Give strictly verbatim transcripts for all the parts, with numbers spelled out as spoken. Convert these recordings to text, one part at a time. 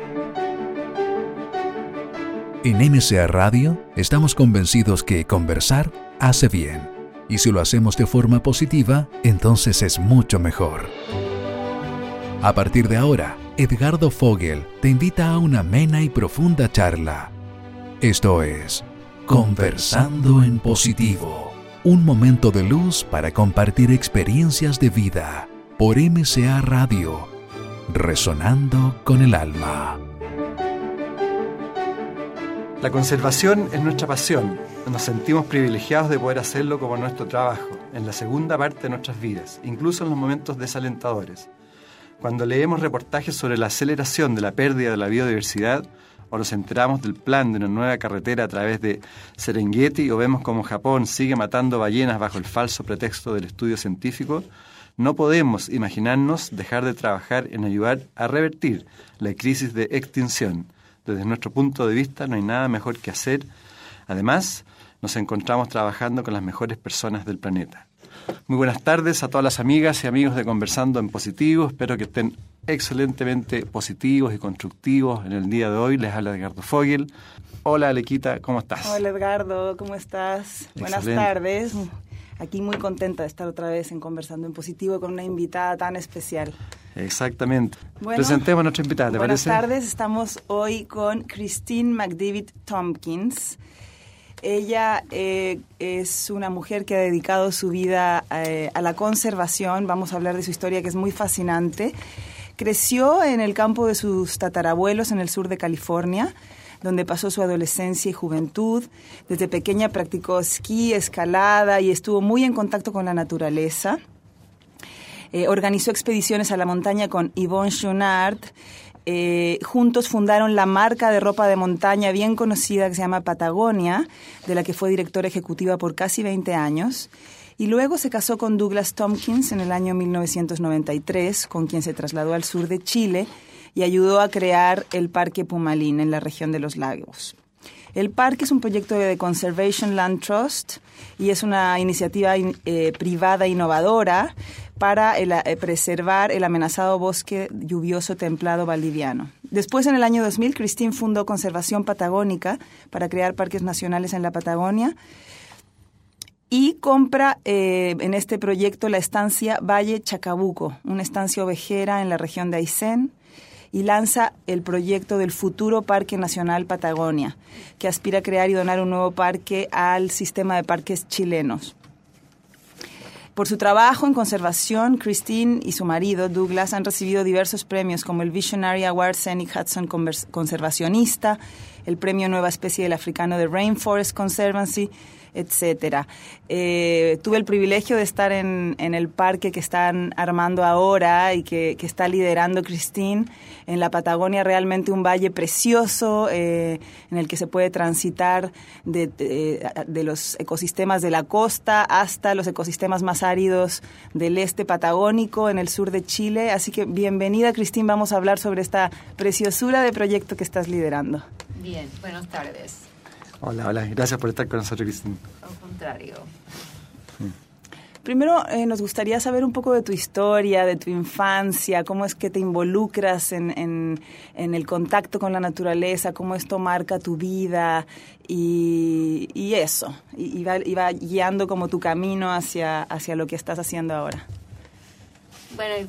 En M C A Radio estamos convencidos que conversar hace bien. Y si lo hacemos de forma positiva, entonces es mucho mejor. A partir de ahora, Edgardo Fogel te invita a una amena y profunda charla. Esto es Conversando en Positivo. Un momento de luz para compartir experiencias de vida por M C A Radio. Resonando con el alma. La conservación es nuestra pasión. Nos sentimos privilegiados de poder hacerlo como nuestro trabajo, en la segunda parte de nuestras vidas, incluso en los momentos desalentadores. Cuando leemos reportajes sobre la aceleración de la pérdida de la biodiversidad, o nos enteramos del plan de una nueva carretera a través de Serengeti, o vemos cómo Japón sigue matando ballenas bajo el falso pretexto del estudio científico, no podemos imaginarnos dejar de trabajar en ayudar a revertir la crisis de extinción. Desde nuestro punto de vista no hay nada mejor que hacer. Además, nos encontramos trabajando con las mejores personas del planeta. Muy buenas tardes a todas las amigas y amigos de Conversando en Positivo. Espero que estén excelentemente positivos y constructivos en el día de hoy. Les habla Edgardo Fogel. Hola, Alequita, ¿cómo estás? Hola, Edgardo, ¿cómo estás? Excelente. Buenas tardes. Aquí muy contenta de estar otra vez en Conversando en Positivo con una invitada tan especial. Exactamente. Bueno, presentemos a nuestra invitada, ¿te buenas parece? Buenas tardes, estamos hoy con Christine McDavid Tompkins. Ella eh, es una mujer que ha dedicado su vida eh, a la conservación. Vamos a hablar de su historia, que es muy fascinante. Creció en el campo de sus tatarabuelos en el sur de California, donde pasó su adolescencia y juventud. Desde pequeña practicó esquí, escalada y estuvo muy en contacto con la naturaleza. Eh, organizó expediciones a la montaña con Yvon Chouinard. Eh, juntos fundaron la marca de ropa de montaña bien conocida que se llama Patagonia, de la que fue directora ejecutiva por casi veinte años. Y luego se casó con Douglas Tompkins en el año mil novecientos noventa y tres, con quien se trasladó al sur de Chile y ayudó a crear el Parque Pumalín en la región de los lagos. El parque es un proyecto de Conservation Land Trust y es una iniciativa eh, privada innovadora para el, eh, preservar el amenazado bosque lluvioso templado valdiviano. Después, en el año dos mil, Christine fundó Conservación Patagónica para crear parques nacionales en la Patagonia y compra eh, en este proyecto la estancia Valle Chacabuco, una estancia ovejera en la región de Aysén, y lanza el proyecto del futuro Parque Nacional Patagonia, que aspira a crear y donar un nuevo parque al sistema de parques chilenos. Por su trabajo en conservación, Christine y su marido, Douglas, han recibido diversos premios como el Visionary Award Scenic Hudson Conservacionista, el Premio Nueva Especie del Africano de Rainforest Conservancy, etcétera. Eh, tuve el privilegio de estar en, en el parque que están armando ahora y que, que está liderando Christine en la Patagonia, realmente un valle precioso eh, en el que se puede transitar de, de, de los ecosistemas de la costa hasta los ecosistemas más áridos del este patagónico en el sur de Chile. Así que bienvenida, Christine, vamos a hablar sobre esta preciosura de proyecto que estás liderando. Bien, buenas tardes. Hola, hola. Gracias por estar con nosotros, Cristina. Al contrario. Sí. Primero, eh, nos gustaría saber un poco de tu historia, de tu infancia, cómo es que te involucras en, en, en el contacto con la naturaleza, cómo esto marca tu vida y, y eso. Y, y, va, y va guiando como tu camino hacia, hacia lo que estás haciendo ahora. Bueno,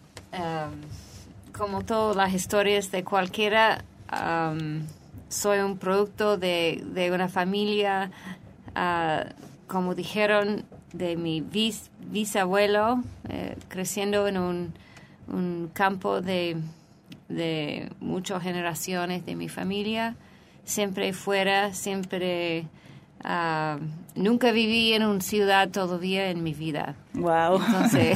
um, como todas las historias de cualquiera... Um, soy un producto de, de una familia, uh, como dijeron, de mi bis, bisabuelo, eh, creciendo en un, un campo de, de muchas generaciones de mi familia, siempre fuera, siempre... Uh, nunca viví en una ciudad todavía en mi vida. Wow. Entonces,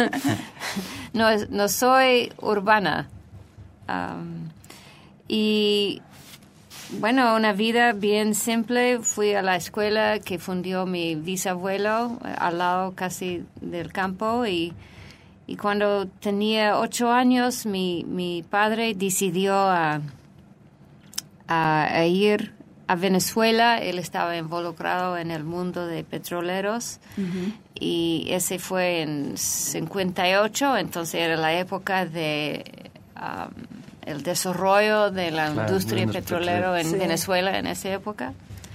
no, no soy urbana. Um, y... Bueno, una vida bien simple. Fui a la escuela que fundó mi bisabuelo, al lado casi del campo. Y, y cuando tenía ocho años, mi, mi padre decidió a, a, a ir a Venezuela. Él estaba involucrado en el mundo de petroleros. Uh-huh. Y ese fue en cincuenta y ocho, entonces era la época de... Um, el desarrollo de la Claro, industria bueno, petrolera en sí. Venezuela en esa época.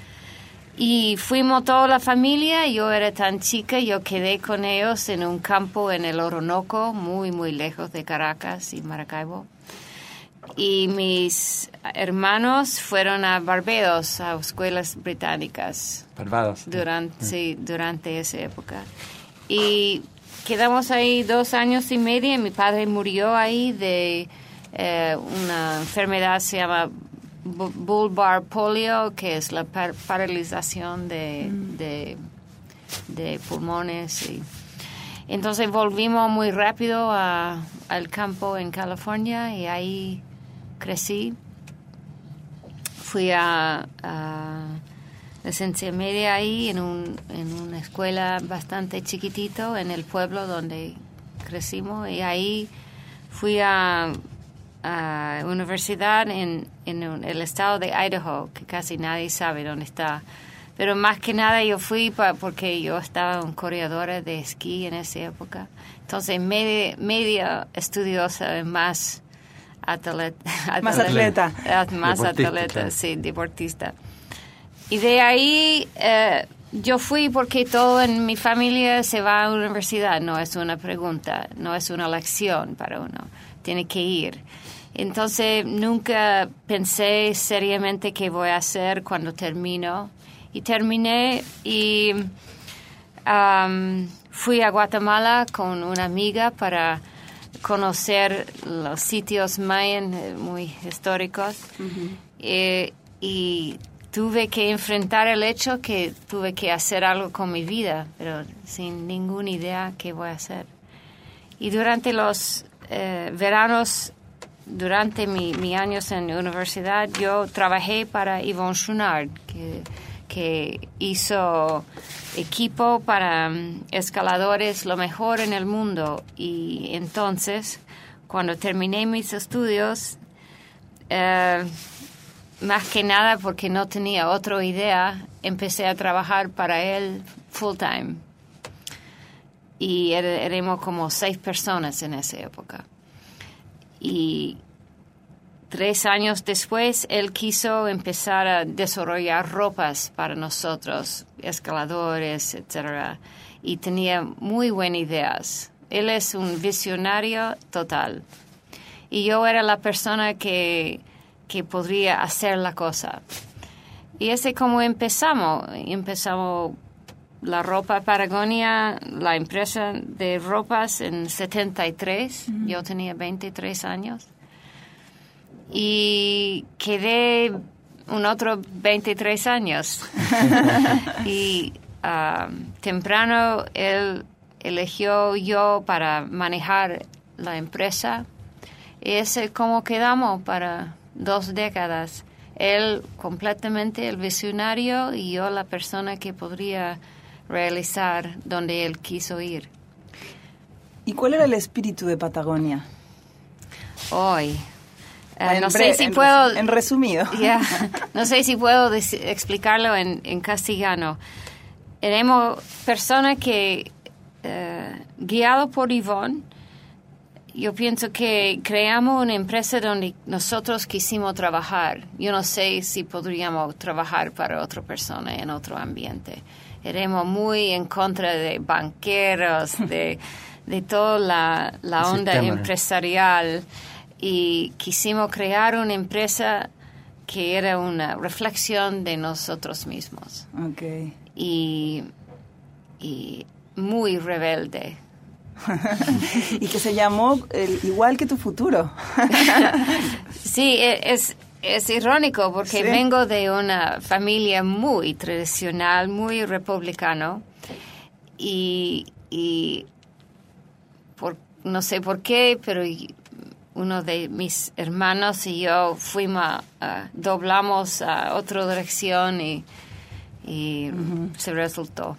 Y fuimos toda la familia, yo era tan chica, yo quedé con ellos en un campo en el Orinoco, muy, muy lejos de Caracas y Maracaibo. Y mis hermanos fueron a Barbados, a escuelas británicas. Barbados. Durante, sí, durante esa época. Y quedamos ahí dos años y medio y mi padre murió ahí de eh, una enfermedad, se llama bulbar polio, que es la par paralización de, mm. de, de pulmones. Y entonces volvimos muy rápido a, al campo en California y ahí crecí. Fui a, a la ciencia media ahí en, un, en una escuela bastante chiquitito en el pueblo donde crecimos, y ahí fui a, a universidad en, en el estado de Idaho, que casi nadie sabe dónde está. Pero más que nada yo fui pa, porque yo estaba un corredora de esquí en esa época. Entonces media, media estudiosa, más atleta. Más atleta. Más Deportista, atleta, claro. sí, deportista. Y de ahí eh, yo fui porque todo en mi familia se va a la universidad. No es una pregunta, no es una lección para uno. Tiene que ir. Entonces nunca pensé seriamente qué voy a hacer cuando termino. Y terminé y um, fui a Guatemala con una amiga para conocer los sitios mayas muy históricos. Uh-huh. eh, y tuve que enfrentar el hecho que tuve que hacer algo con mi vida, pero sin ninguna idea qué voy a hacer. Y durante los eh, veranos, durante mi, mi años en la universidad, yo trabajé para Yvon Chouinard, que que hizo equipo para um, escaladores lo mejor en el mundo. Y entonces, cuando terminé mis estudios, eh, más que nada porque no tenía otra idea, empecé a trabajar para él full time. Y er, éramos como seis personas en esa época. Y tres años después, él quiso empezar a desarrollar ropas para nosotros, escaladores, etcétera. Y tenía muy buenas ideas. Él es un visionario total. Y yo era la persona que, que podría hacer la cosa. Y ese es como empezamos. Empezamos la ropa Patagonia, la empresa de ropas en setenta y tres. Mm-hmm. Yo tenía veintitrés años. Y quedé un otro veintitrés años. Y uh, temprano él eligió yo para manejar la empresa. Y ese es como quedamos para dos décadas. Él completamente el visionario y yo la persona que podría realizar donde él quiso ir. ¿Y cuál era el espíritu de Patagonia? Hoy... Uh, en no bre- sé si en puedo... Res- en resumido. Yeah, no sé si puedo dec- explicarlo en, en castellano. Éramos personas que, uh, guiados por Yvon, yo pienso que creamos una empresa donde nosotros quisimos trabajar. Yo no sé si podríamos trabajar para otra persona en otro ambiente. Éramos muy en contra de banqueros, de, de toda la, la onda sistema. empresarial. Y quisimos crear una empresa que era una reflexión de nosotros mismos. Okay. Y, y muy rebelde. Y que se llamó el, igual que tu futuro. Sí, es, es irónico porque ¿sí? Vengo de una familia muy tradicional, muy republicano. Y, y por, no sé por qué, pero... uno de mis hermanos y yo fuimos, uh, doblamos a otra dirección y, y uh-huh. se resultó.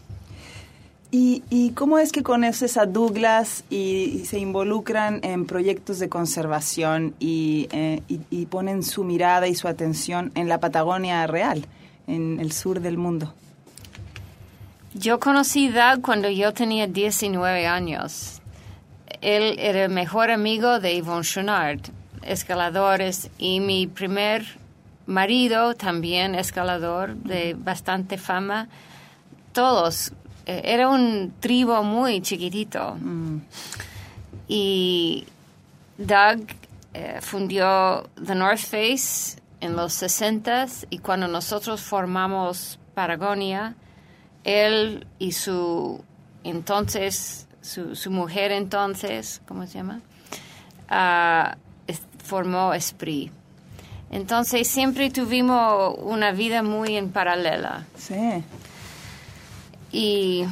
¿Y, ¿Y cómo es que conoces a Douglas y, y se involucran en proyectos de conservación y, eh, y, y ponen su mirada y su atención en la Patagonia real, en el sur del mundo? Yo conocí a Doug cuando yo tenía diecinueve años. Él era el mejor amigo de Yvon Chouinard. escaladores y mi primer marido también escalador de bastante fama. Todos, eh, era un tribu muy chiquitito. Mm. Y Doug eh, fundió The North Face en los sesentas y cuando nosotros formamos Patagonia, él y su entonces, su, su mujer entonces, ¿cómo se llama? Uh, es, formó Esprit. Entonces siempre tuvimos una vida muy en paralela. Sí. Y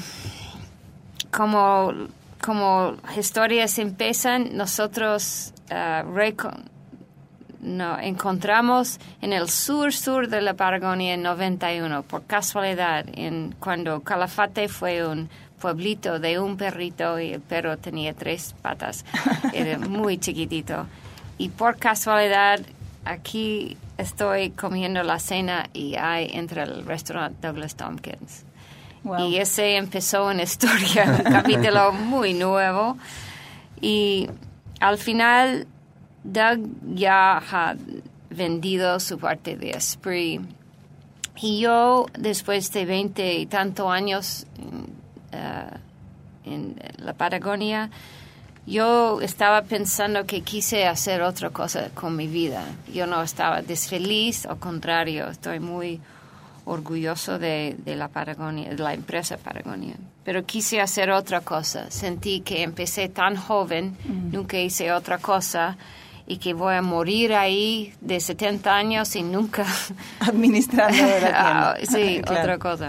como, como historias empiezan, nosotros uh, recon, no, encontramos en el sur-sur de la Patagonia en noventa y uno, por casualidad, en, cuando Calafate fue un pueblito de un perrito y el perro tenía tres patas, era muy chiquitito. Y por casualidad, aquí estoy comiendo la cena y hay entre el restaurante Douglas Tompkins. Wow. Y ese empezó una historia, un capítulo muy nuevo. Y al final, Doug ya ha vendido su parte de Esprit. Y yo, después de veinte y tantos años uh, en la Patagonia, yo estaba pensando que quise hacer otra cosa con mi vida. Yo no estaba desfeliz, al contrario, estoy muy orgulloso de, de la Patagonia, de la empresa Patagonia. Pero quise hacer otra cosa. Sentí que empecé tan joven, mm. nunca hice otra cosa, y que voy a morir ahí de setenta años y nunca... Administrando la tienda. Sí, claro. Otra cosa.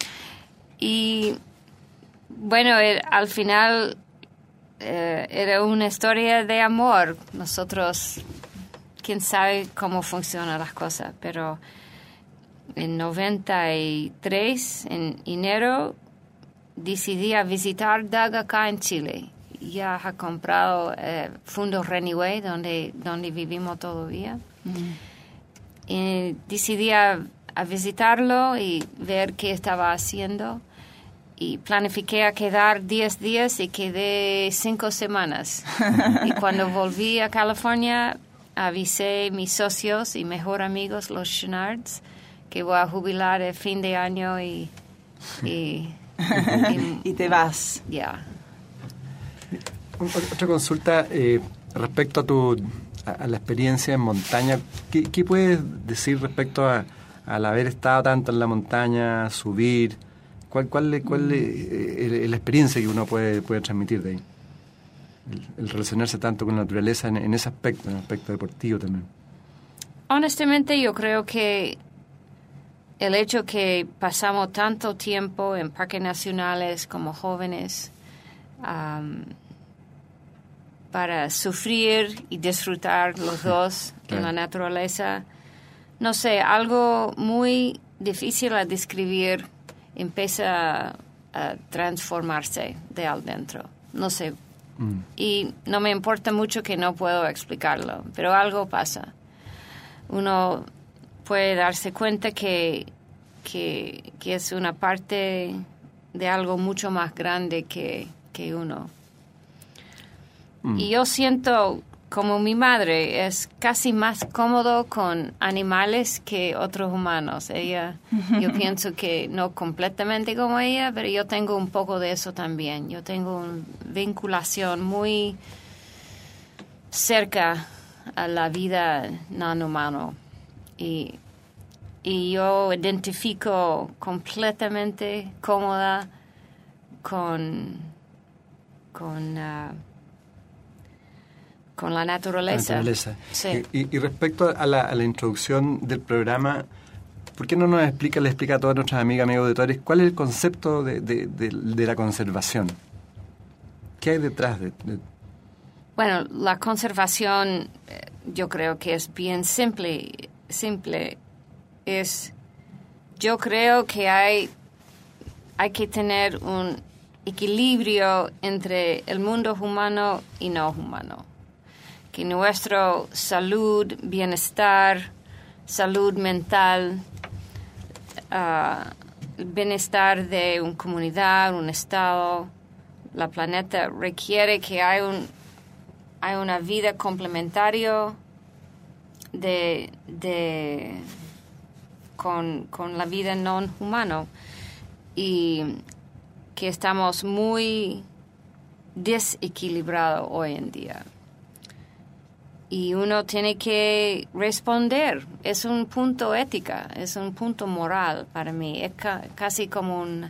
Y bueno, el, al final eh, era una historia de amor. Nosotros, quién sabe cómo funcionan las cosas, pero en noventa y tres, en enero, decidí a visitar Doug acá en Chile. Ya ha comprado eh, Fundo Reneway, donde, donde vivimos todavía. Mm. Y decidí a, a visitarlo y ver qué estaba haciendo. Y planifiqué a quedar diez días y quedé cinco semanas. Y cuando volví a California, avisé a mis socios y mejor amigos, los Chenards, que voy a jubilar el fin de año y... Y, y, y te vas. Ya. Yeah. Otra consulta eh, respecto a tu a, a la experiencia en montaña. ¿Qué, qué puedes decir respecto a al haber estado tanto en la montaña, subir? ¿Cuál cuál cuál es eh, la experiencia que uno puede puede transmitir de ahí? El, el relacionarse tanto con la naturaleza en, en ese aspecto, en el aspecto deportivo también. Honestamente, yo creo que el hecho que pasamos tanto tiempo en parques nacionales como jóvenes, um, para sufrir y disfrutar los dos en la naturaleza. No sé, algo muy difícil a describir empieza a, a transformarse de adentro. No sé. Mm. Y no me importa mucho que no puedo explicarlo, pero algo pasa. Uno puede darse cuenta que, que, que es una parte de algo mucho más grande que, que uno. Y yo siento, como mi madre, es casi más cómodo con animales que otros humanos. Ella, yo pienso que no completamente como ella, pero yo tengo un poco de eso también. Yo tengo una vinculación muy cerca a la vida no humana. Y, y yo identifico completamente cómoda con... con uh, con la naturaleza. La naturaleza. Sí. Y, y respecto a la, a la introducción del programa, ¿por qué no nos explica, le explica a todas nuestras amigas, amigos auditores, cuál es el concepto de, de, de, de la conservación? ¿Qué hay detrás de, de...? Bueno, la conservación yo creo que es bien simple. Simple. Es, yo creo que hay, hay que tener un equilibrio entre el mundo humano y no humano. Que nuestra salud, bienestar, salud mental, uh, el bienestar de una comunidad, un estado, la planeta requiere que hay un hay una vida complementaria de, de con, con la vida no humana y que estamos muy desequilibrados hoy en día. Y uno tiene que responder. Es un punto ética, es un punto moral para mí. Es ca- casi como un...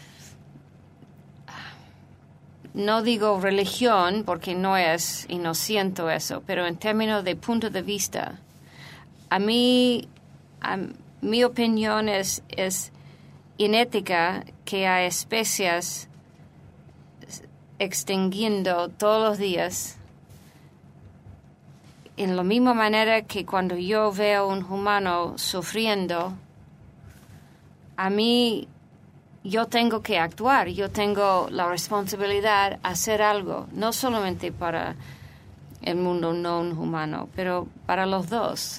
No digo religión porque no es y no siento eso, pero en términos de punto de vista, a mí, a, mi opinión es, es inética que hay especies extinguiendo todos los días en la misma manera que cuando yo veo un humano sufriendo, a mí yo tengo que actuar, yo tengo la responsabilidad de hacer algo, no solamente para el mundo no humano, pero para los dos.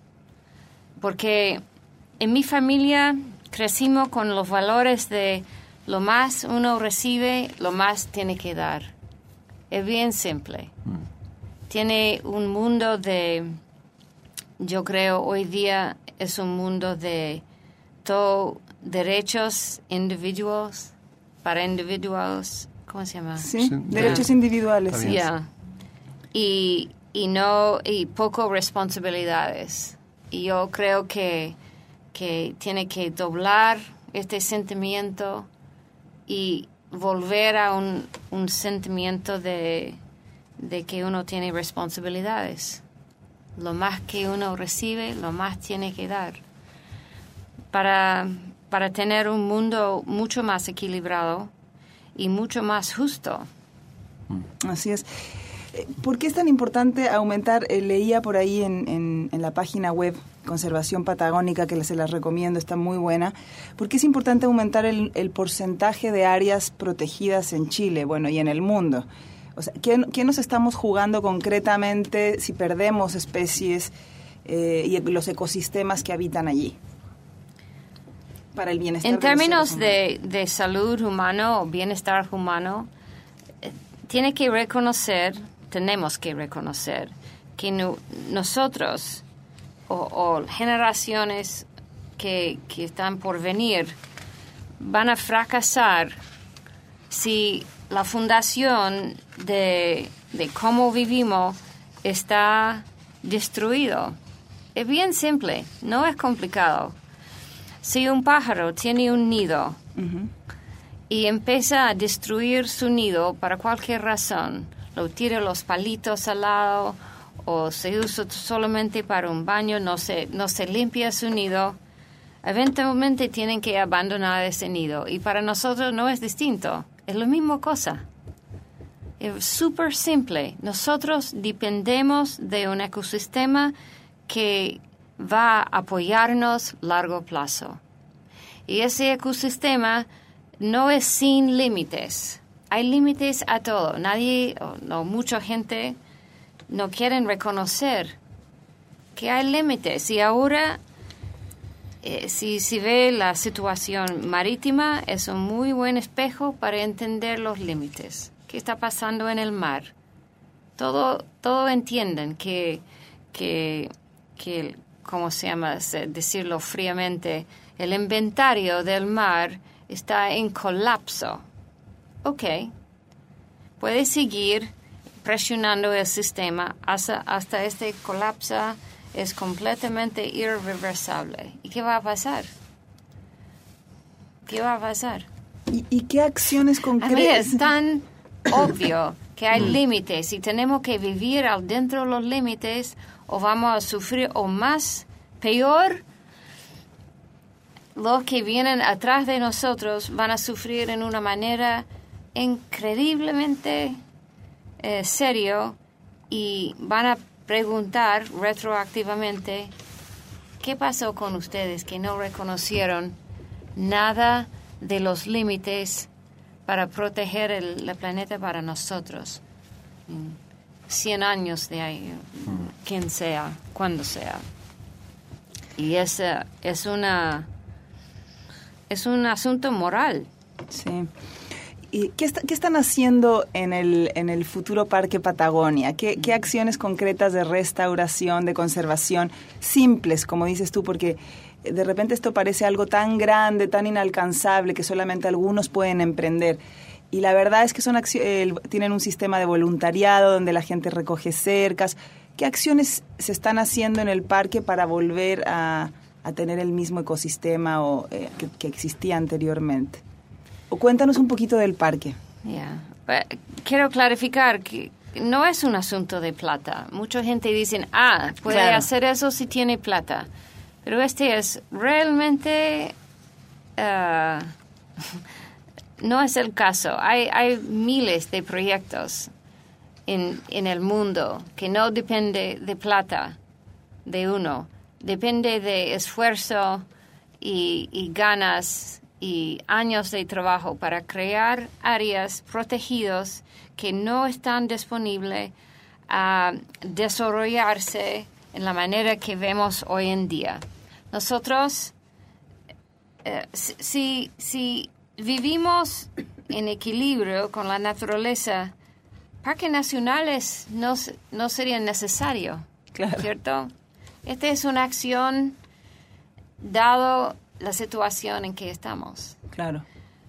Porque en mi familia crecimos con los valores de lo más uno recibe, lo más tiene que dar. Es bien simple. Mm. Tiene un mundo de, yo creo hoy día es un mundo de todo derechos individuales, para individuos, ¿cómo se llama? Sí, sí. Derechos yeah. individuales. Sí. Yeah. Y, y no, y poco responsabilidades. Y yo creo que, que tiene que doblar este sentimiento y volver a un, un sentimiento de, de que uno tiene responsabilidades. Lo más que uno recibe, lo más tiene que dar. Para, para tener un mundo mucho más equilibrado y mucho más justo. Así es. ¿Por qué es tan importante aumentar? Eh, leía por ahí en, en, en la página web Conservación Patagónica, que se las recomiendo, está muy buena. ¿Por qué es importante aumentar el, el porcentaje de áreas protegidas en Chile, bueno, y en el mundo? O sea, ¿qué, qué nos estamos jugando concretamente si perdemos especies eh, y los ecosistemas que habitan allí? Para el bienestar en términos de, de salud humana o bienestar humano, eh, tiene que reconocer, tenemos que reconocer que no, nosotros o, o generaciones que, que están por venir van a fracasar si la fundación de, de cómo vivimos está destruido. Es bien simple, no es complicado. Si un pájaro tiene un nido uh-huh. y empieza a destruir su nido para cualquier razón, lo tira los palitos al lado o se usa solamente para un baño, no se, no se limpia su nido, eventualmente tienen que abandonar ese nido. Y para nosotros no es distinto, es la misma cosa. Es súper simple. Nosotros dependemos de un ecosistema que va a apoyarnos a largo plazo. Y ese ecosistema no es sin límites. Hay límites a todo. Nadie, o no, mucha gente no quieren reconocer que hay límites. Y ahora, eh, si se ve la situación marítima, es un muy buen espejo para entender los límites. ¿Qué está pasando en el mar? Todo, todo entienden que, que, que ¿cómo se llama? Decirlo fríamente, el inventario del mar está en colapso. Ok, puede seguir presionando el sistema hasta, hasta este colapso es completamente irreversible. ¿Y qué va a pasar? ¿Qué va a pasar? ¿Y, y qué acciones concretas? A mí es tan obvio que hay límites y tenemos que vivir al dentro de los límites o vamos a sufrir o más, peor, los que vienen atrás de nosotros van a sufrir en una manera increíblemente eh, serio y van a preguntar retroactivamente ¿qué pasó con ustedes que no reconocieron nada de los límites para proteger el, el planeta para nosotros? Cien años de ahí, quien sea, cuando sea. Y es, es una es un asunto moral. Sí. ¿Y qué, está, qué están haciendo en el, en el futuro Parque Patagonia? ¿Qué, ¿Qué acciones concretas de restauración, de conservación, simples, como dices tú? Porque de repente esto parece algo tan grande, tan inalcanzable, que solamente algunos pueden emprender. Y la verdad es que son eh, tienen un sistema de voluntariado donde la gente recoge cercas. ¿Qué acciones se están haciendo en el parque para volver a, a tener el mismo ecosistema o, eh, que, que existía anteriormente? O cuéntanos un poquito del parque. Yeah. Quiero clarificar que no es un asunto de plata. Mucha gente dice, ah, puede claro. hacer eso si tiene plata. Pero este es realmente... Uh, no es el caso. Hay, hay miles de proyectos en, en el mundo que no depende de plata de uno. Depende de esfuerzo y, y ganas y años de trabajo para crear áreas protegidas que no están disponibles a desarrollarse en la manera que vemos hoy en día. Nosotros, eh, si, si vivimos en equilibrio con la naturaleza, parques nacionales no, no serían necesarios, claro. ¿cierto? Esta es una acción dado la situación en que estamos. Claro.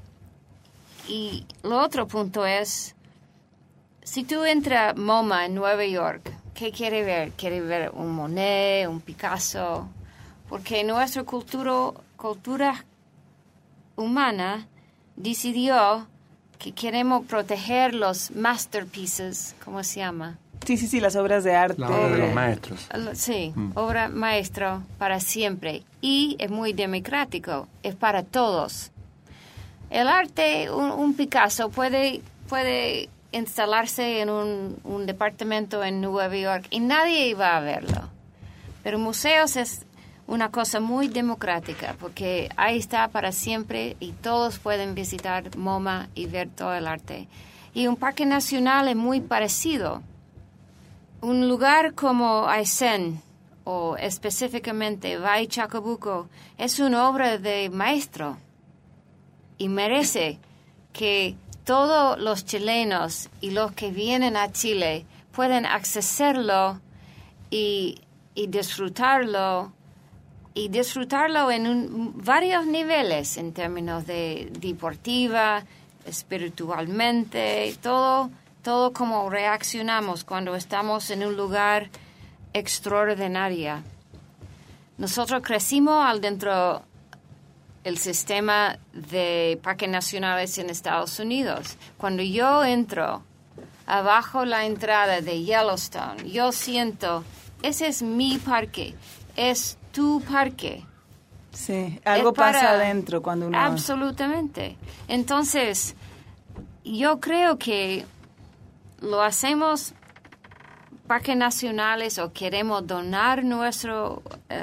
Y lo otro punto es, si tú entras a MoMA en Nueva York, ¿qué quiere ver? Quiere ver un Monet, un Picasso, porque nuestra cultura, cultura humana decidió que queremos proteger los masterpieces, ¿cómo se llama? Sí, sí, sí, las obras de arte. La obra de los maestros. Sí, mm. obra maestro para siempre. Y es muy democrático, es para todos. El arte, un, un Picasso puede, puede instalarse en un, un departamento en Nueva York y nadie va a verlo. Pero museos es una cosa muy democrática porque ahí está para siempre y todos pueden visitar MoMA y ver todo el arte. Y un parque nacional es muy parecido. Un lugar como Aysén o específicamente Valle Chacabuco es una obra de maestro y merece que todos los chilenos y los que vienen a Chile pueden accesarlo y, y disfrutarlo y disfrutarlo en un, varios niveles en términos de deportiva, espiritualmente, todo todo como reaccionamos cuando estamos en un lugar extraordinario. Nosotros crecimos al dentro del sistema de parques nacionales en Estados Unidos. Cuando yo entro abajo la entrada de Yellowstone, yo siento, ese es mi parque, es tu parque. Sí, algo para, pasa adentro cuando uno... Absolutamente. Entonces, yo creo que lo hacemos parques nacionales o queremos donar nuestras uh,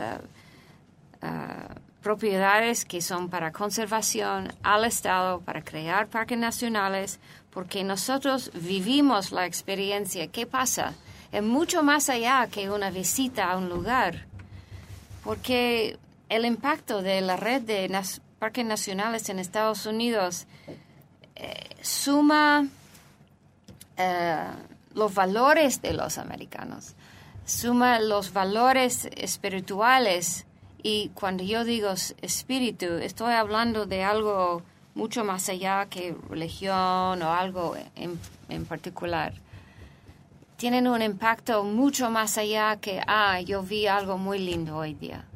uh, propiedades que son para conservación al Estado, para crear parques nacionales, porque nosotros vivimos la experiencia. ¿Qué pasa? Es mucho más allá que una visita a un lugar, porque el impacto de la red de nas- parques nacionales en Estados Unidos eh, suma... Uh, los valores de los americanos, suma los valores espirituales y cuando yo digo espíritu, estoy hablando de algo mucho más allá que religión o algo en, en particular. Tienen un impacto mucho más allá que, ah, yo vi algo muy lindo hoy día.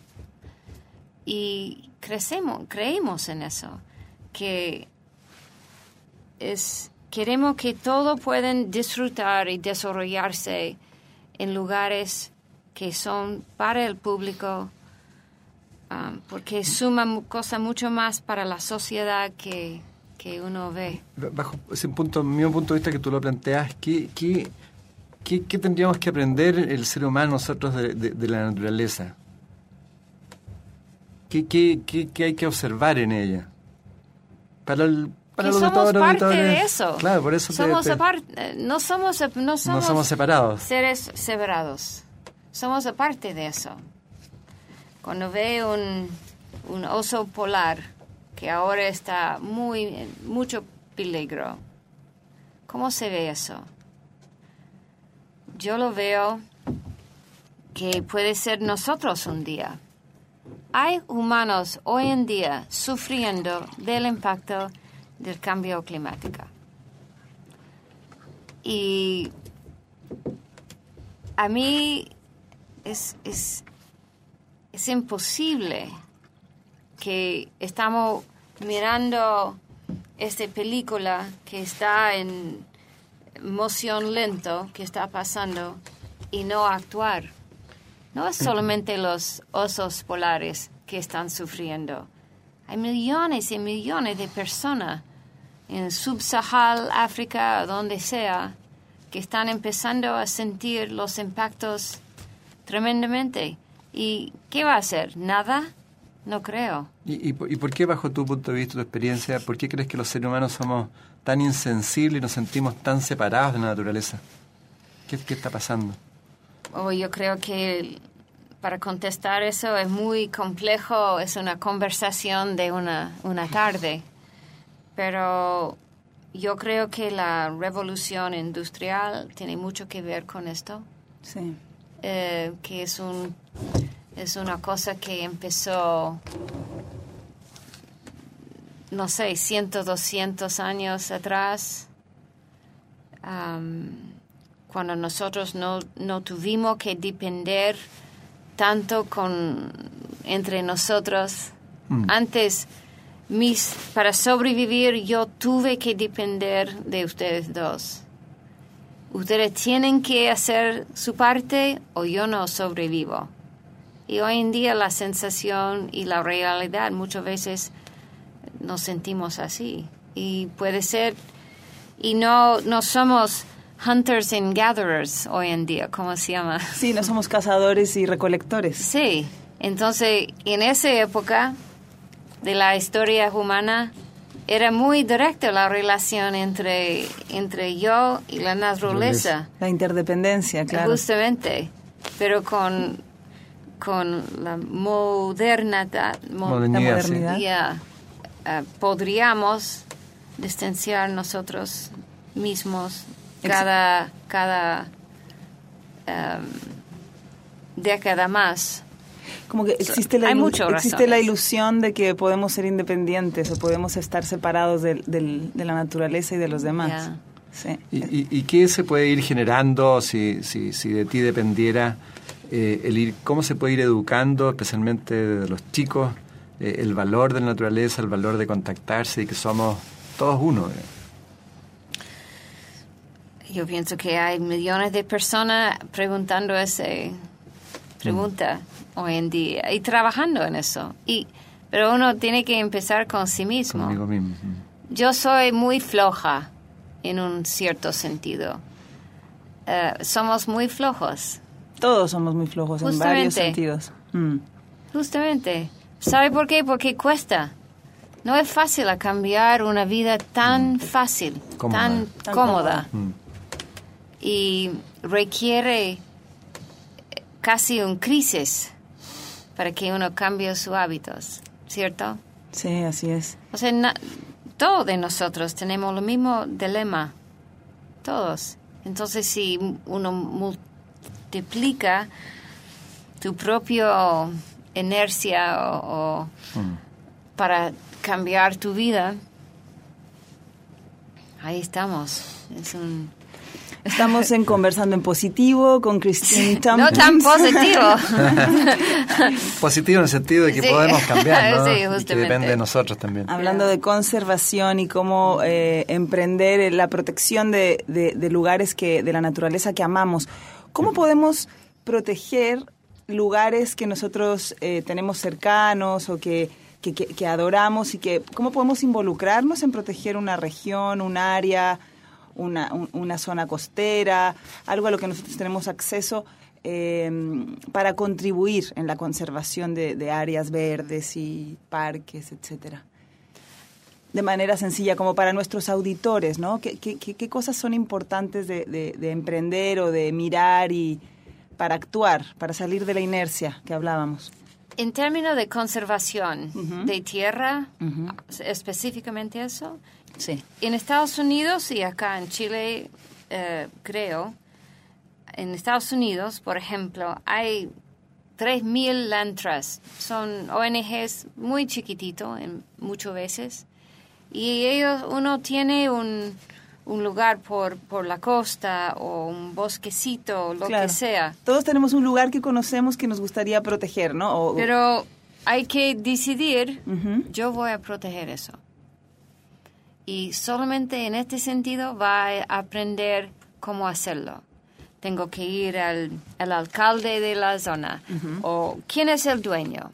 Y crecemos, creemos en eso, que es... Queremos que todos puedan disfrutar y desarrollarse en lugares que son para el público, um, porque suma cosas mucho más para la sociedad que, que uno ve. Bajo ese punto, mi punto de vista que tú lo planteas, ¿qué, qué, qué, qué tendríamos que aprender el ser humano nosotros de, de, de la naturaleza? ¿Qué, qué, qué, qué hay que observar en ella? Para el Para que somos parte de eso. Claro, por eso somos te, te... Aparte, no somos no somos, no somos separados. Seres separados. Somos aparte de eso. Cuando veo un, un oso polar que ahora está muy mucho peligro. ¿Cómo se ve eso? Yo lo veo que puede ser nosotros un día. Hay humanos hoy en día sufriendo del impacto del cambio climático. Y a mí es, es, es imposible que estamos mirando esta película que está en moción lento, que está pasando, y no actuar. No es solamente los osos polares que están sufriendo. Hay millones y millones de personas en Sub-Sahara, África, donde sea, que están empezando a sentir los impactos tremendamente. ¿Y qué va a hacer? ¿Nada? No creo. ¿Y, y, ¿Y por qué, bajo tu punto de vista, tu experiencia, por qué crees que los seres humanos somos tan insensibles y nos sentimos tan separados de la naturaleza? ¿Qué, qué está pasando? Oh, yo creo que para contestar eso es muy complejo, es una conversación de una, una tarde. Pero yo creo que la revolución industrial tiene mucho que ver con esto. Sí. Eh, que es un es una cosa que empezó, no sé, cien, doscientos años atrás, um, cuando nosotros no, no tuvimos que depender tanto con entre nosotros. Mm. Antes, mis, para sobrevivir, yo tuve que depender de ustedes dos. Ustedes tienen que hacer su parte o yo no sobrevivo. Y hoy en día la sensación y la realidad muchas veces nos sentimos así. Y puede ser, y no, no somos hunters and gatherers hoy en día, ¿cómo se llama? Sí, no somos cazadores y recolectores. Sí, entonces en esa época de la historia humana era muy directa la relación entre, entre yo y la naturaleza. La interdependencia, claro. Justamente, pero con, con la modernidad, modernidad, la modernidad. Yeah, uh, podríamos distanciar nosotros mismos cada, cada um, década más. Como que existe, la, Hay ilu- existe la razones. ilusión de que podemos ser independientes o podemos estar separados de, de, de la naturaleza y de los demás. Yeah. Sí. ¿Y, y, ¿Y qué se puede ir generando si, si, si de ti dependiera eh, el ir, cómo se puede ir educando, especialmente de los chicos, eh, el valor de la naturaleza, el valor de contactarse y que somos todos uno? Eh? Yo pienso que hay millones de personas preguntando esa pregunta mm. hoy en día y trabajando en eso. Y, pero uno tiene que empezar con sí mismo. Conmigo mismo. Yo soy muy floja en un cierto sentido. Uh, somos muy flojos. Todos somos muy flojos en varios sentidos. Mm. Justamente. ¿Sabe por qué? Porque cuesta. No es fácil a cambiar una vida tan mm. fácil, cómoda. tan, tan cómoda. Mm. Y requiere casi un crisis para que uno cambie sus hábitos, ¿cierto? Sí, así es. O sea, na- todos de nosotros tenemos el mismo dilema, todos. Entonces, si uno multiplica tu propia inercia o, o mm. para cambiar tu vida, ahí estamos. Es un... Estamos en Conversando en Positivo con Christine Tompkins. No tan positivo. Positivo en el sentido de que sí. podemos cambiar, ¿no? Sí, y que depende de nosotros también. Hablando de conservación y cómo eh, emprender la protección de, de, de lugares que de la naturaleza que amamos. ¿Cómo podemos proteger lugares que nosotros eh, tenemos cercanos o que, que, que, que adoramos y que cómo podemos involucrarnos en proteger una región, un área, Una, un, una zona costera, algo a lo que nosotros tenemos acceso eh, para contribuir en la conservación de, de áreas verdes y parques, etcétera? De manera sencilla, como para nuestros auditores, ¿no? ¿Qué, qué, qué cosas son importantes de, de, de emprender o de mirar y para actuar, para salir de la inercia que hablábamos? En términos de conservación Uh-huh. de tierra, Uh-huh. específicamente eso, Sí. en Estados Unidos y acá en Chile, eh, creo, en Estados Unidos, por ejemplo, hay tres mil land trusts. Son O N Ges muy chiquititos en muchas veces. Y ellos, uno tiene un, un lugar por, por la costa o un bosquecito, lo Claro. que sea. Todos tenemos un lugar que conocemos que nos gustaría proteger, ¿no? O- Pero hay que decidir, Ujú. yo voy a proteger eso. Y solamente en este sentido va a aprender cómo hacerlo. Tengo que ir al, al alcalde de la zona. O quién es el dueño.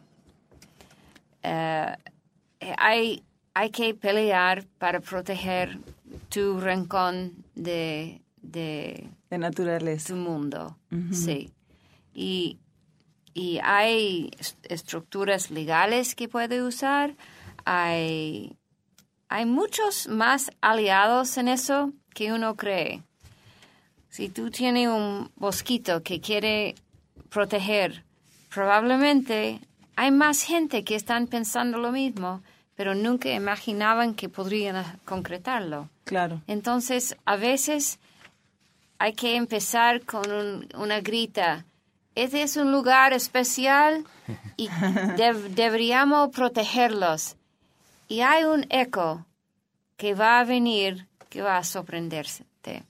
Eh, hay, hay que pelear para proteger tu rincón de, de de naturaleza. tu mundo. Ujú. Sí. Y, y hay est- estructuras legales que puede usar. Hay, hay muchos más aliados en eso que uno cree. Si tú tienes un bosquito que quiere proteger, probablemente hay más gente que están pensando lo mismo, pero nunca imaginaban que podrían concretarlo. Claro. Entonces, a veces hay que empezar con un- una grita. Este es un lugar especial y deb- deberíamos protegerlos. Y hay un eco que va a venir, que va a sorprenderse.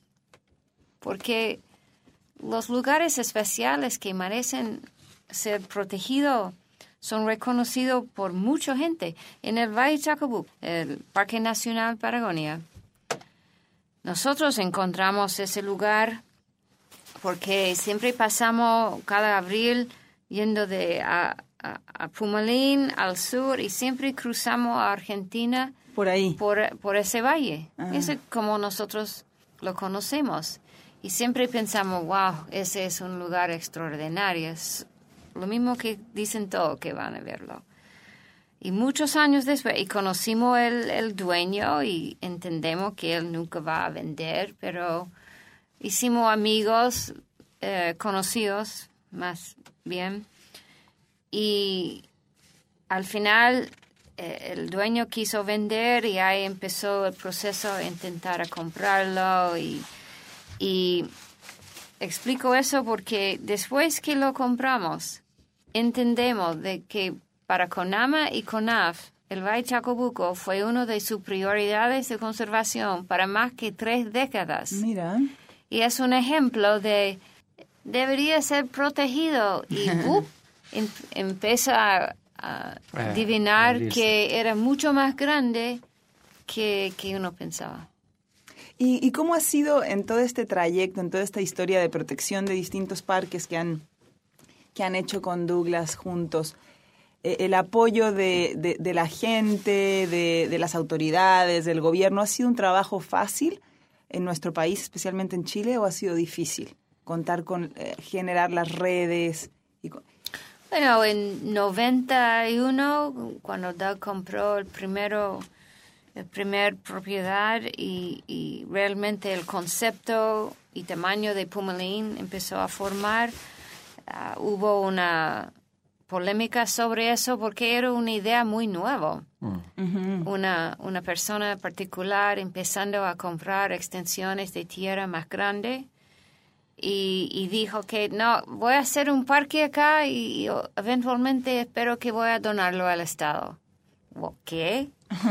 Porque los lugares especiales que merecen ser protegidos son reconocidos por mucha gente. En el Valle Chacabuco, el Parque Nacional Patagonia, nosotros encontramos ese lugar porque siempre pasamos cada abril yendo de a, a, a Pumalín al sur y siempre cruzamos a Argentina Por ahí. por, por ese valle. Ah. Ese es como nosotros lo conocemos. Y siempre pensamos, wow, ese es un lugar extraordinario. Es lo mismo que dicen todos que van a verlo. Y muchos años después, y conocimos el, el dueño y entendemos que él nunca va a vender, pero hicimos amigos, eh, conocidos más bien. Y al final eh, el dueño quiso vender y ahí empezó el proceso de intentar a comprarlo. Y, y explico eso porque después que lo compramos, entendemos de que para CONAMA y CONAF, el Valle Chacabuco fue una de sus prioridades de conservación para más que tres décadas. Mira. Y es un ejemplo de debería ser protegido y ¡up! em, empieza a, a Ah, adivinar abrirse. que era mucho más grande que, que uno pensaba. ¿Y, ¿Y cómo ha sido en todo este trayecto, en toda esta historia de protección de distintos parques que han, que han hecho con Douglas juntos, eh, el apoyo de, de, de la gente, de, de las autoridades, del gobierno? ¿Ha sido un trabajo fácil en nuestro país, especialmente en Chile, o ha sido difícil contar con, eh, generar las redes? Y con... Bueno, en noventa y uno, cuando Doug compró el primero, el primer propiedad y, y realmente el concepto y tamaño de Pumalín empezó a formar, uh, hubo una polémica sobre eso porque era una idea muy nueva. Uh-huh. Una, una persona particular empezando a comprar extensiones de tierra más grande y, y dijo que no, voy a hacer un parque acá y, y eventualmente espero que voy a donarlo al Estado. ¿Qué?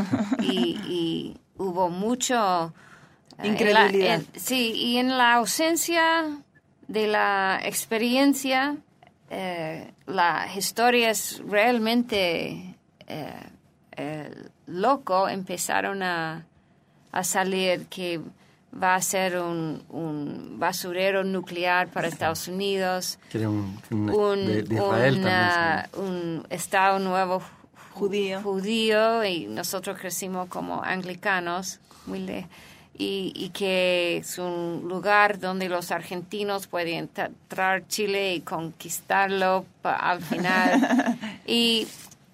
y, y hubo mucho... eh, Incredulidad. en la- en- sí, y en la ausencia de la experiencia, eh, la historia es realmente... Eh, eh, loco, empezaron a, a salir que va a ser un, un basurero nuclear para Estados Unidos, Que era un, un- un, de, de Israel una- también. un estado nuevo ju- Judío. judío y nosotros crecimos como anglicanos muy le- y, y que es un lugar donde los argentinos pueden tra- entrar a Chile y conquistarlo pa- al final y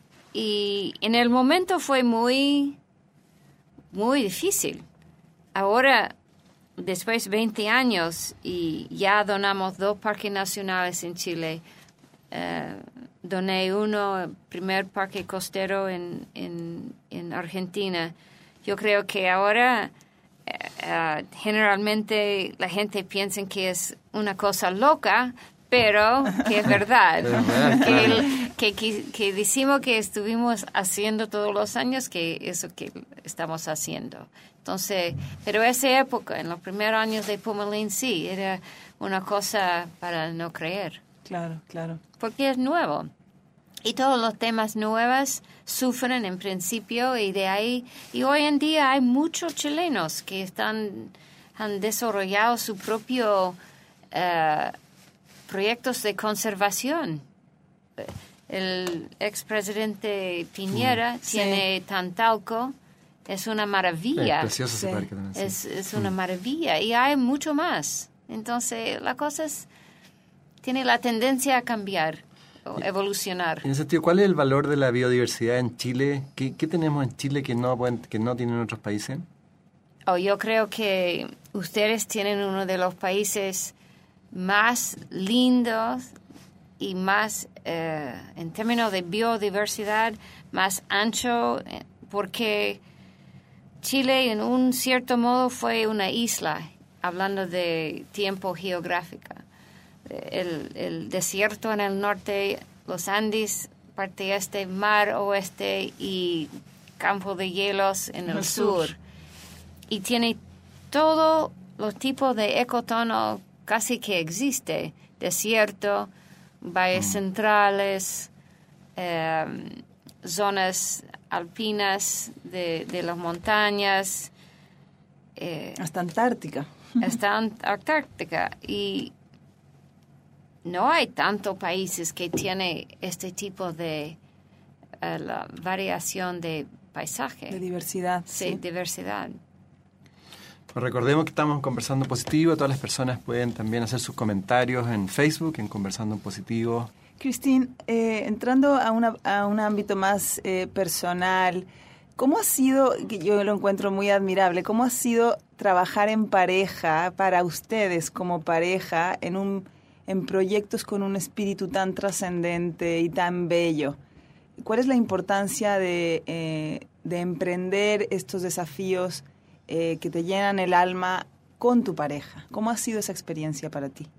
Y en el momento fue muy, muy difícil. Ahora, después de veinte años, y ya donamos dos parques nacionales en Chile, eh, doné uno, el primer parque costero en, en, en Argentina. Yo creo que ahora uh, generalmente la gente piensa que es una cosa loca, pero que es verdad. que, el, que, que, que decimos que estuvimos haciendo todos los años, que eso que estamos haciendo. Entonces, pero esa época, en los primeros años de Pumalín, sí, era una cosa para no creer. Claro, claro. Porque es nuevo. Y todos los temas nuevos sufren en principio y de ahí. Y hoy en día hay muchos chilenos que están han desarrollado su propio uh, proyectos de conservación. El expresidente Piñera mm. tiene sí. Tantalco. Es una maravilla. Es precioso ese sí. parque también. Sí. Es, es una mm. maravilla. Y hay mucho más. Entonces, la cosa es, tiene la tendencia a cambiar, o evolucionar. En ese sentido, ¿cuál es el valor de la biodiversidad en Chile? ¿Qué, qué tenemos en Chile que no, pueden, que no tienen otros países? Oh, yo creo que ustedes tienen uno de los países más lindos y más, eh, en términos de biodiversidad, más ancho, porque Chile en un cierto modo fue una isla, hablando de tiempo geográfico. El, el desierto en el norte, los Andes, parte este, mar oeste y campo de hielos en el, el sur. sur. Y tiene todos los tipos de ecotono casi que existe. Desierto, valles mm. centrales, eh, zonas alpinas de, de las montañas. Eh, hasta Antártica. Hasta Antártica. Y no hay tantos países que tienen este tipo de uh, la variación de paisaje. De diversidad. Sí, sí. diversidad. Pues recordemos que estamos en Conversando en Positivo. Todas las personas pueden también hacer sus comentarios en Facebook, en Conversando en Positivo. Cristín, eh, entrando a, una, a un ámbito más eh, personal, ¿cómo ha sido, que yo lo encuentro muy admirable, cómo ha sido trabajar en pareja, para ustedes como pareja, en, un, en proyectos con un espíritu tan trascendente y tan bello? ¿Cuál es la importancia de, eh, de emprender estos desafíos eh, que te llenan el alma con tu pareja? ¿Cómo ha sido esa experiencia para ti?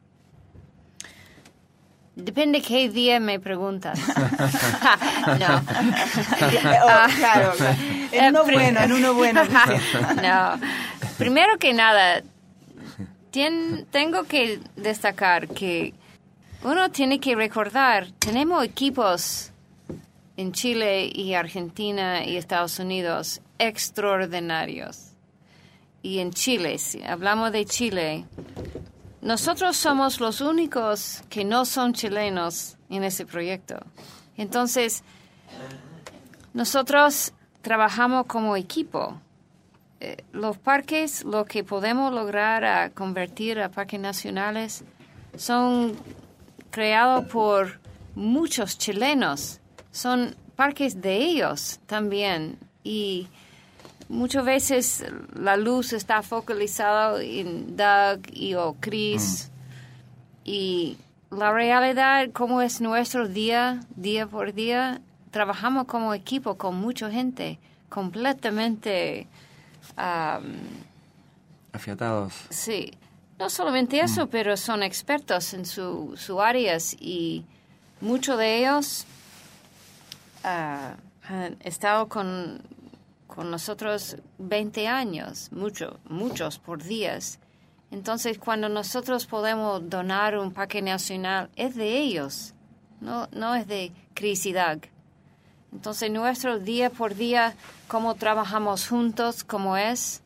Depende qué día me preguntas. no. oh, claro, claro. En uno bueno, en uno bueno. no. Primero que nada, tien, tengo que destacar que uno tiene que recordar, tenemos equipos en Chile y Argentina y Estados Unidos extraordinarios. Y en Chile, si hablamos de Chile, nosotros somos los únicos que no son chilenos en ese proyecto. Entonces, nosotros trabajamos como equipo. Eh, los parques, lo que podemos lograr a convertir a parques nacionales, son creados por muchos chilenos. Son parques de ellos también. Y muchas veces la luz está focalizada en Doug y o Chris. Mm. Y la realidad, como es nuestro día, día por día, trabajamos como equipo con mucha gente, completamente Um, afiatados. Sí, no solamente eso, mm. pero son expertos en su, su áreas y muchos de ellos uh, han estado con, con nosotros veinte años, mucho, muchos por días. Entonces, cuando nosotros podemos donar un parque nacional, es de ellos, no, no es de Chris y Doug. Entonces, nuestro día por día, cómo trabajamos juntos, cómo es,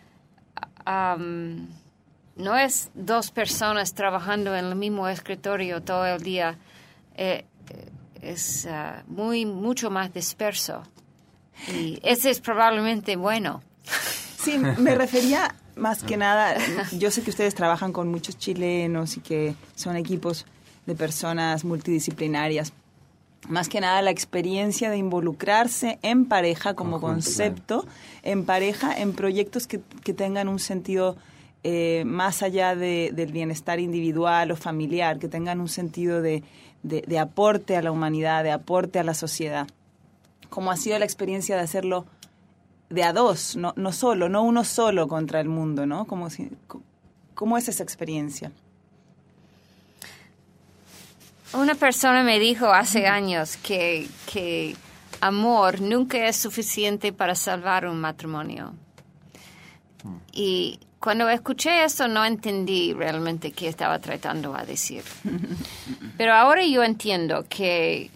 um, no es dos personas trabajando en el mismo escritorio todo el día, eh, es uh, muy, mucho más disperso. Y ese es probablemente bueno. Sí, me refería más que nada, yo sé que ustedes trabajan con muchos chilenos y que son equipos de personas multidisciplinarias. Más que nada la experiencia de involucrarse en pareja como Conjunto, concepto, claro. en pareja, en proyectos que, que tengan un sentido eh, más allá de, del bienestar individual o familiar, que tengan un sentido de, de, de aporte a la humanidad, de aporte a la sociedad. ¿Cómo ha sido la experiencia de hacerlo de a dos, no, no solo, no uno solo contra el mundo, ¿no? ¿Cómo, si, ¿Cómo es esa experiencia? Una persona me dijo hace años que, que amor nunca es suficiente para salvar un matrimonio. Y cuando escuché eso no entendí realmente qué estaba tratando de decir. Pero ahora yo entiendo que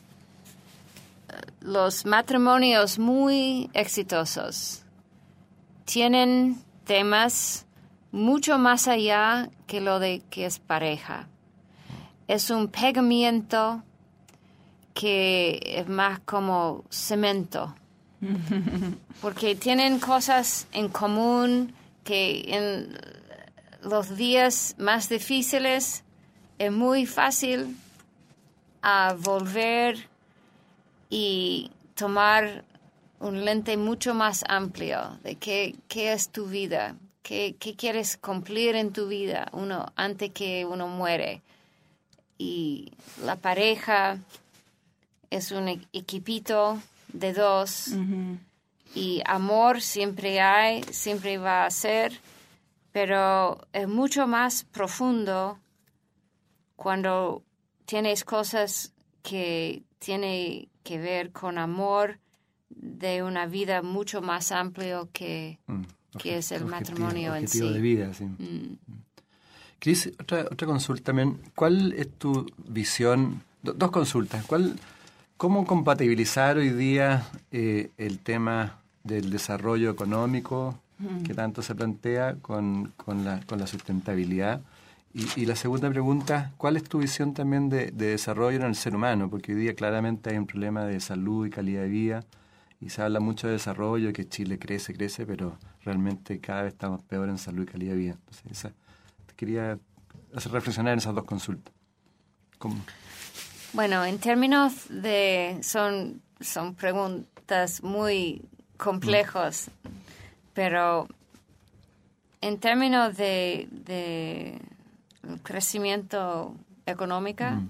los matrimonios muy exitosos tienen temas mucho más allá que lo de que es pareja. Es un pegamiento que es más como cemento. Porque tienen cosas en común que en los días más difíciles es muy fácil a volver y tomar un lente mucho más amplio de qué, qué es tu vida, qué, qué quieres cumplir en tu vida uno antes que uno muere. Y la pareja es un equipito de dos. Uh-huh. Y amor siempre hay, siempre va a ser, pero es mucho más profundo cuando tienes cosas que tienen que ver con amor de una vida mucho más amplio que, mm, que es el objetivo, matrimonio en sí. Objetivo de vida, sí. Mm. Cris, otra, otra consulta también. ¿Cuál es tu visión? Do, dos consultas. ¿Cuál, ¿Cómo compatibilizar hoy día eh, el tema del desarrollo económico mm. que tanto se plantea con, con, la, con la sustentabilidad? Y, y la segunda pregunta, ¿cuál es tu visión también de, de desarrollo en el ser humano? Porque hoy día claramente hay un problema de salud y calidad de vida y se habla mucho de desarrollo, que Chile crece, crece, pero realmente cada vez estamos peor en salud y calidad de vida. Entonces, esa, te quería hacer reflexionar en esas dos consultas. ¿Cómo? Bueno, en términos de... Son, son preguntas muy complejos, mm. pero en términos de... de el crecimiento económico mm.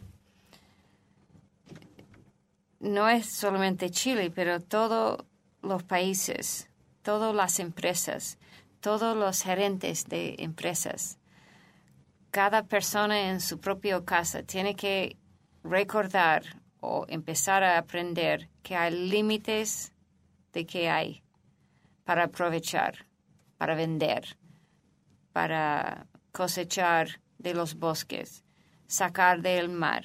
no es solamente Chile, pero todos los países, todas las empresas, todos los gerentes de empresas, cada persona en su propia casa tiene que recordar o empezar a aprender que hay límites de que hay para aprovechar, para vender, para cosechar de los bosques, sacar del mar.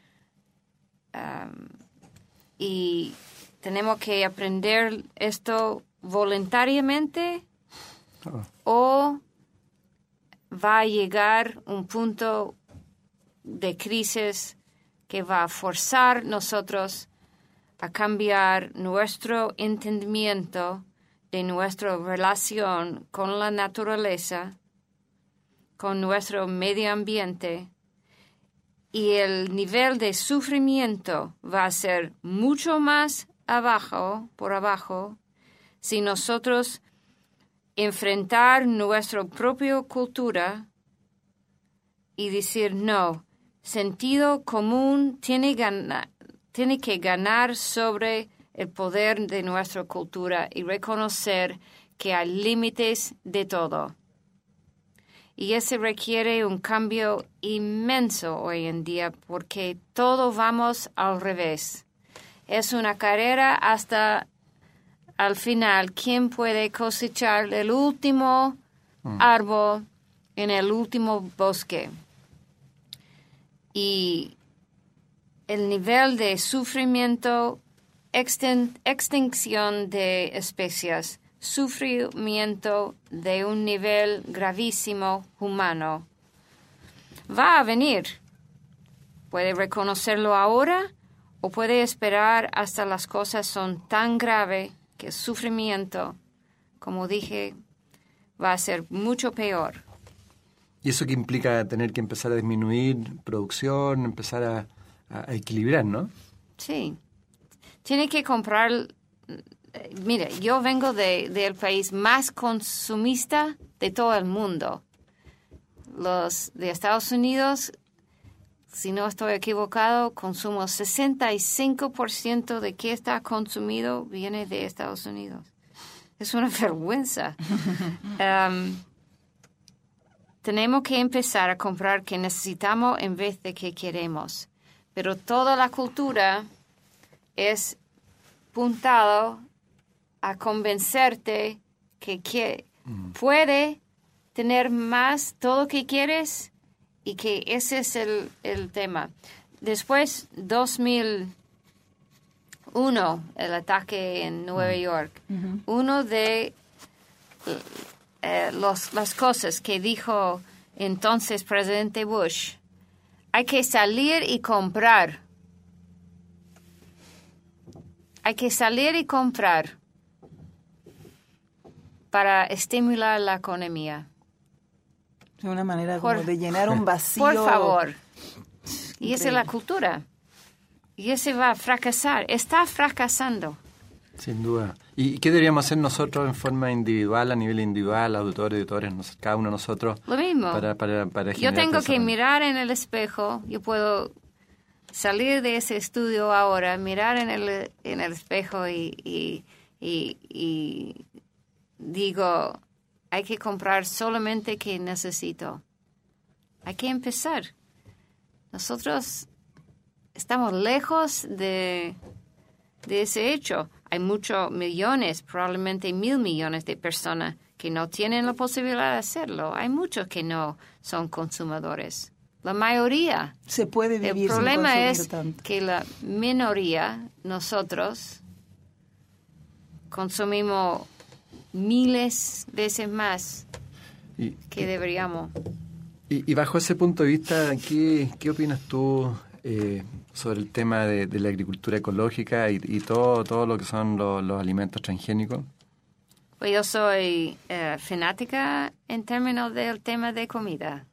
Um, y tenemos que aprender esto voluntariamente oh. o va a llegar un punto de crisis que va a forzar nosotros a cambiar nuestro entendimiento de nuestra relación con la naturaleza, con nuestro medio ambiente, y el nivel de sufrimiento va a ser mucho más abajo, por abajo, si nosotros enfrentar nuestra propia cultura y decir no, sentido común tiene, gana, tiene que ganar sobre el poder de nuestra cultura y reconocer que hay límites de todo. Y eso requiere un cambio inmenso hoy en día porque todo vamos al revés. Es una carrera hasta al final. ¿Quién puede cosechar el último mm. árbol en el último bosque? Y el nivel de sufrimiento, extin- extinción de especies, sufrimiento de un nivel gravísimo humano va a venir. Puede reconocerlo ahora o puede esperar hasta las cosas son tan graves que el sufrimiento, como dije, va a ser mucho peor. ¿Y eso que implica tener que empezar a disminuir producción, empezar a, a equilibrar, no? Sí. Tiene que comprar... Mire, yo vengo de, del país más consumista de todo el mundo. Los de Estados Unidos si no estoy equivocado, consumo sesenta y cinco por ciento de que está consumido viene de Estados Unidos. Es una vergüenza. um, tenemos que empezar a comprar que necesitamos en vez de que queremos. Pero toda la cultura es puntado a convencerte que, que mm. puede tener más todo lo que quieres y que ese es el, el tema. Después, dos mil uno, el ataque en Nueva York, uh-huh. uno de eh, los, las cosas que dijo entonces presidente Bush, hay que salir y comprar. Hay que salir y comprar para estimular la economía. De una manera por, como de llenar un vacío. Por favor. Y esa es la cultura. Y ese va a fracasar. Está fracasando. Sin duda. ¿Y qué deberíamos hacer nosotros en forma individual, a nivel individual, auditores, editores, cada uno de nosotros? Lo mismo. Para, para, para yo tengo que mirar en el espejo. Yo puedo salir de ese estudio ahora, mirar en el, en el espejo y, y, y, y digo, hay que comprar solamente que necesito. Hay que empezar. Nosotros estamos lejos de, de ese hecho. Hay muchos millones, probablemente mil millones de personas que no tienen la posibilidad de hacerlo. Hay muchos que no son consumadores. La mayoría. Se puede vivir El problema sin es tanto. que la minoría, nosotros, consumimos miles veces más y, que y, deberíamos. Y, y bajo ese punto de vista, ¿qué, qué opinas tú eh, sobre el tema de, de la agricultura ecológica y, y todo, todo lo que son los, los alimentos transgénicos? Pues yo soy eh, fanática en términos del tema de comida.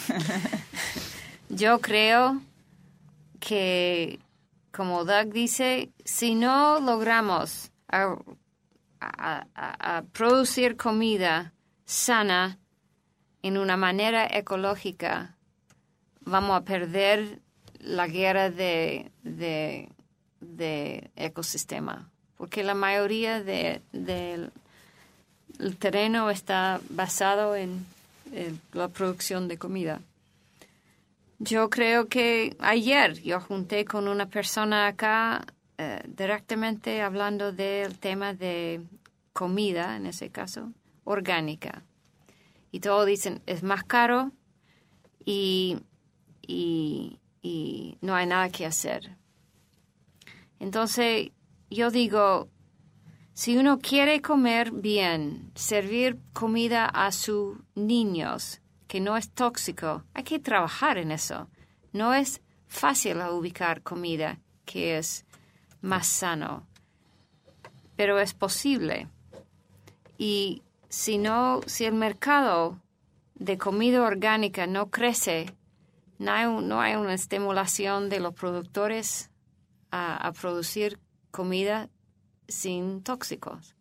Yo creo que, como Doug dice, si no logramos a, a, a, a producir comida sana en una manera ecológica, vamos a perder la guerra de, de, de ecosistema. Porque la mayoría de, de el terreno está basado en, en la producción de comida. Yo creo que ayer yo junté con una persona acá eh, directamente hablando del tema de comida, en ese caso, orgánica. Y todos dicen, es más caro y, y, y no hay nada que hacer. Entonces, yo digo, si uno quiere comer bien, servir comida a sus niños, que no es tóxico, hay que trabajar en eso. No es fácil ubicar comida que es más sano, pero es posible. Y si no, si el mercado de comida orgánica no crece, no hay, un, no hay una estimulación de los productores a, a producir comida sin tóxicos.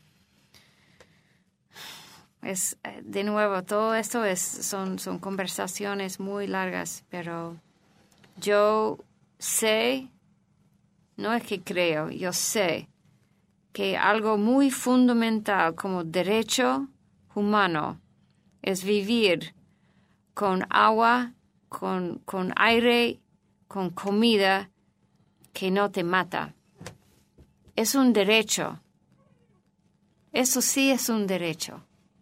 Es, de nuevo, todo esto es, son, son conversaciones muy largas, pero yo sé, no es que creo, yo sé que algo muy fundamental como derecho humano es vivir con agua, con, con aire, con comida que no te mata. Es un derecho. Eso sí es un derecho.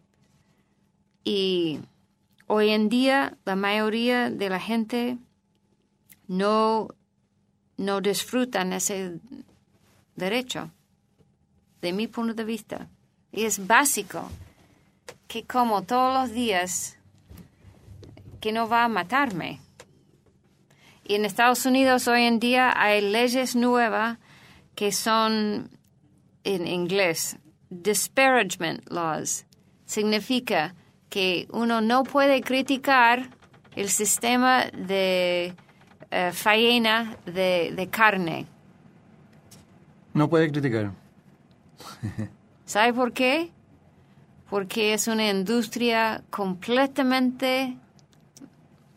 Y hoy en día la mayoría de la gente no, no disfrutan ese derecho, de mi punto de vista. Y es básico que como todos los días que no va a matarme. Y en Estados Unidos hoy en día hay leyes nuevas que son en inglés disparagement laws. Significa que uno no puede criticar el sistema de uh, faena de, de carne. No puede criticar. ¿Sabe por qué? Porque es una industria completamente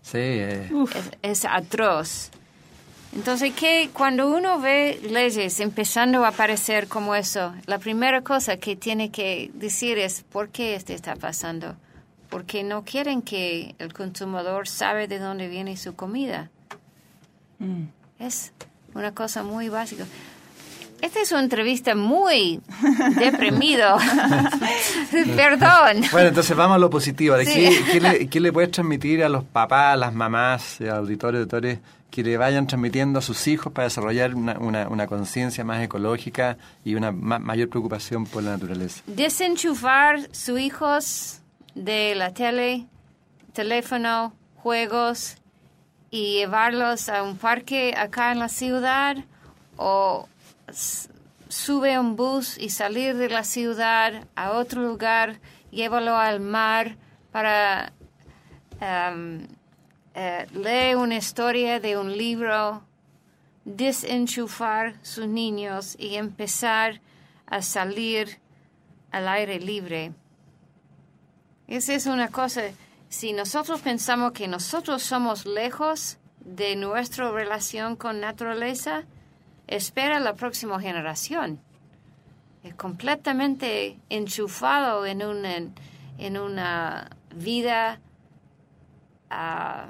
Sí. Eh. Es, es atroz. Entonces, ¿qué? Cuando uno ve leyes empezando a aparecer como eso, la primera cosa que tiene que decir es ¿por qué esto está pasando? Porque no quieren que el consumidor sabe de dónde viene su comida. Mm. Es una cosa muy básica. Esta es una entrevista muy deprimido. Perdón. Bueno, entonces vamos a lo positivo. ¿De sí. ¿Qué, qué, le, ¿Qué le puedes transmitir a los papás, a las mamás, auditores, auditores, que le vayan transmitiendo a sus hijos para desarrollar una, una, una conciencia más ecológica y una ma- mayor preocupación por la naturaleza? Desenchufar sus hijos de la tele, teléfono, juegos y llevarlos a un parque acá en la ciudad o sube un bus y salir de la ciudad a otro lugar, llévalo al mar para um, uh, leer una historia de un libro, desenchufar sus niños y empezar a salir al aire libre. Esa es una cosa, si nosotros pensamos que nosotros somos lejos de nuestra relación con naturaleza, espera la próxima generación. Es completamente enchufado en una, en una vida uh,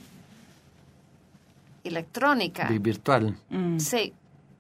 electrónica. Virtual. Mm. Sí.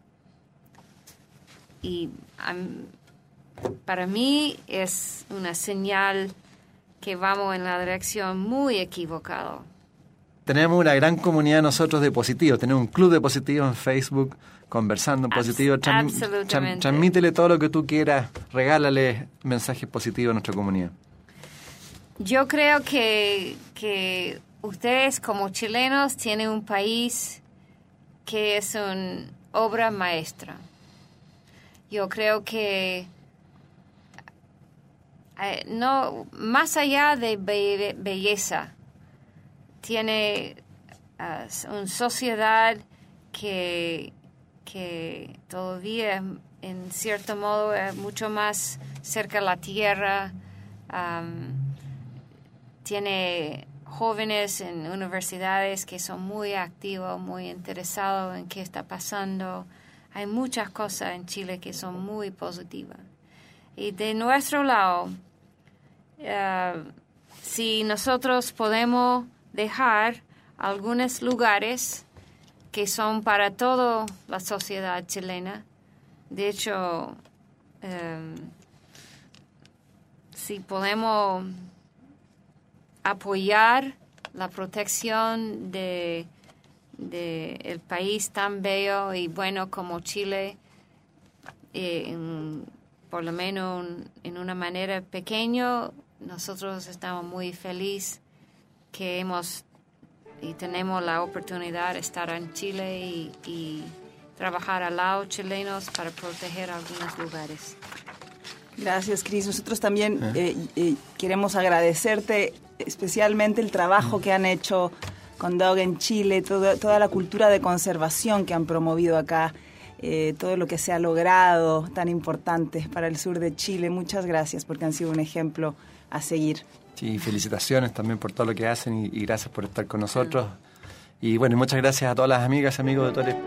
Y um, para mí es una señal que vamos en la dirección muy equivocada. Tenemos una gran comunidad nosotros de positivos. Tenemos un club de positivos en Facebook, conversando en positivo. Tran- Absolutamente. Tran- transmítele todo lo que tú quieras. Regálale mensajes positivos a nuestra comunidad. Yo creo que, que ustedes como chilenos tienen un país que es una obra maestra. Yo creo que eh, no, más allá de be- belleza, tiene uh, una sociedad que, que todavía, en cierto modo, es mucho más cerca de la tierra. Um, tiene jóvenes en universidades que son muy activos, muy interesados en qué está pasando. Hay muchas cosas en Chile que son muy positivas. Y de nuestro lado, uh, si nosotros podemos dejar algunos lugares que son para toda la sociedad chilena. De hecho, eh, si podemos apoyar la protección de, de el país tan bello y bueno como Chile, eh, en, por lo menos en una manera pequeña, nosotros estamos muy felices que hemos y tenemos la oportunidad de estar en Chile y, y trabajar al lado chilenos para proteger algunos lugares. Gracias, Cris. Nosotros también eh, eh, queremos agradecerte especialmente el trabajo que han hecho con Doug en Chile, todo, toda la cultura de conservación que han promovido acá, eh, todo lo que se ha logrado tan importante para el sur de Chile. Muchas gracias porque han sido un ejemplo a seguir. Sí, felicitaciones también por todo lo que hacen y, y gracias por estar con nosotros. Y bueno, muchas gracias a todas las amigas, amigos de Tore.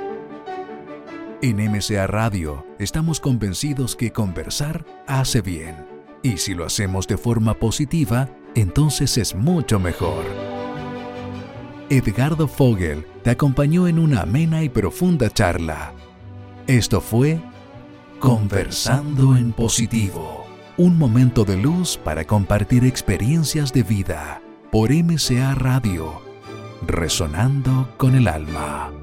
En M C A Radio estamos convencidos que conversar hace bien. Y si lo hacemos de forma positiva, entonces es mucho mejor. Edgardo Fogel te acompañó en una amena y profunda charla. Esto fue Conversando en Positivo. Un momento de luz para compartir experiencias de vida por M C A Radio, resonando con el alma.